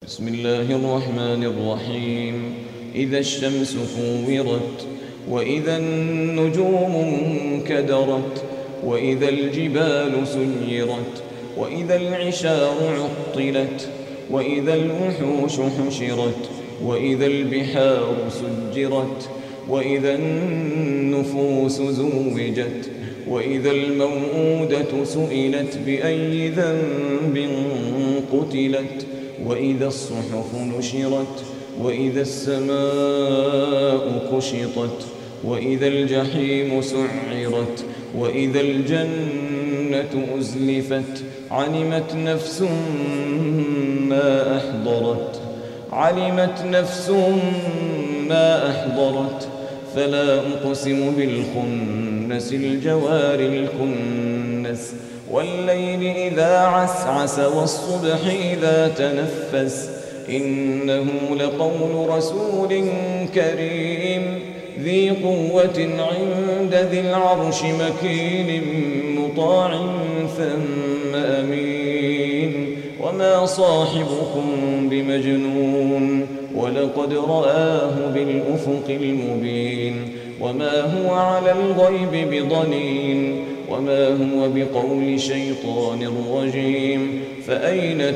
بسم الله الرحمن الرحيم. إذا الشمس كورت، وإذا النجوم انكدرت، وإذا الجبال سيرت، وإذا العشار عطلت، وإذا الوحوش حشرت، وإذا البحار سجرت، وإذا النفوس زوجت، وإذا الموءودة سئلت بأي ذنب قتلت، وإذا الصحف نشرت، وإذا السماء كشطت، وإذا الجحيم سعرت، وإذا الجنة أزلفت. علمت نفس ما أحضرت، علمت نفس ما أحضرت. فلا أقسم بالخنس، الجوار الكنس، والليل إذا عسعس، والصبح إذا تنفس. إنه لقول رسول كريم ذي قوة عند ذي العرش مكين مطاع ثم أمين. وما صاحبكم بمجنون، ولقد رآه بالأفق المبين. وما هو على الغيب بضنين، وما هو بقول شيطان رجيم. فأين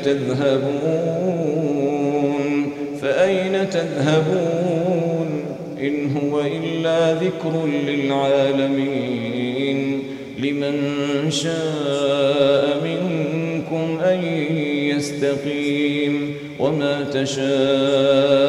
تذهبون؟ فأين تذهبون؟ إن هو إلا ذكر للعالمين. لمن شاء منكم أن يستقيم. وما تشاءون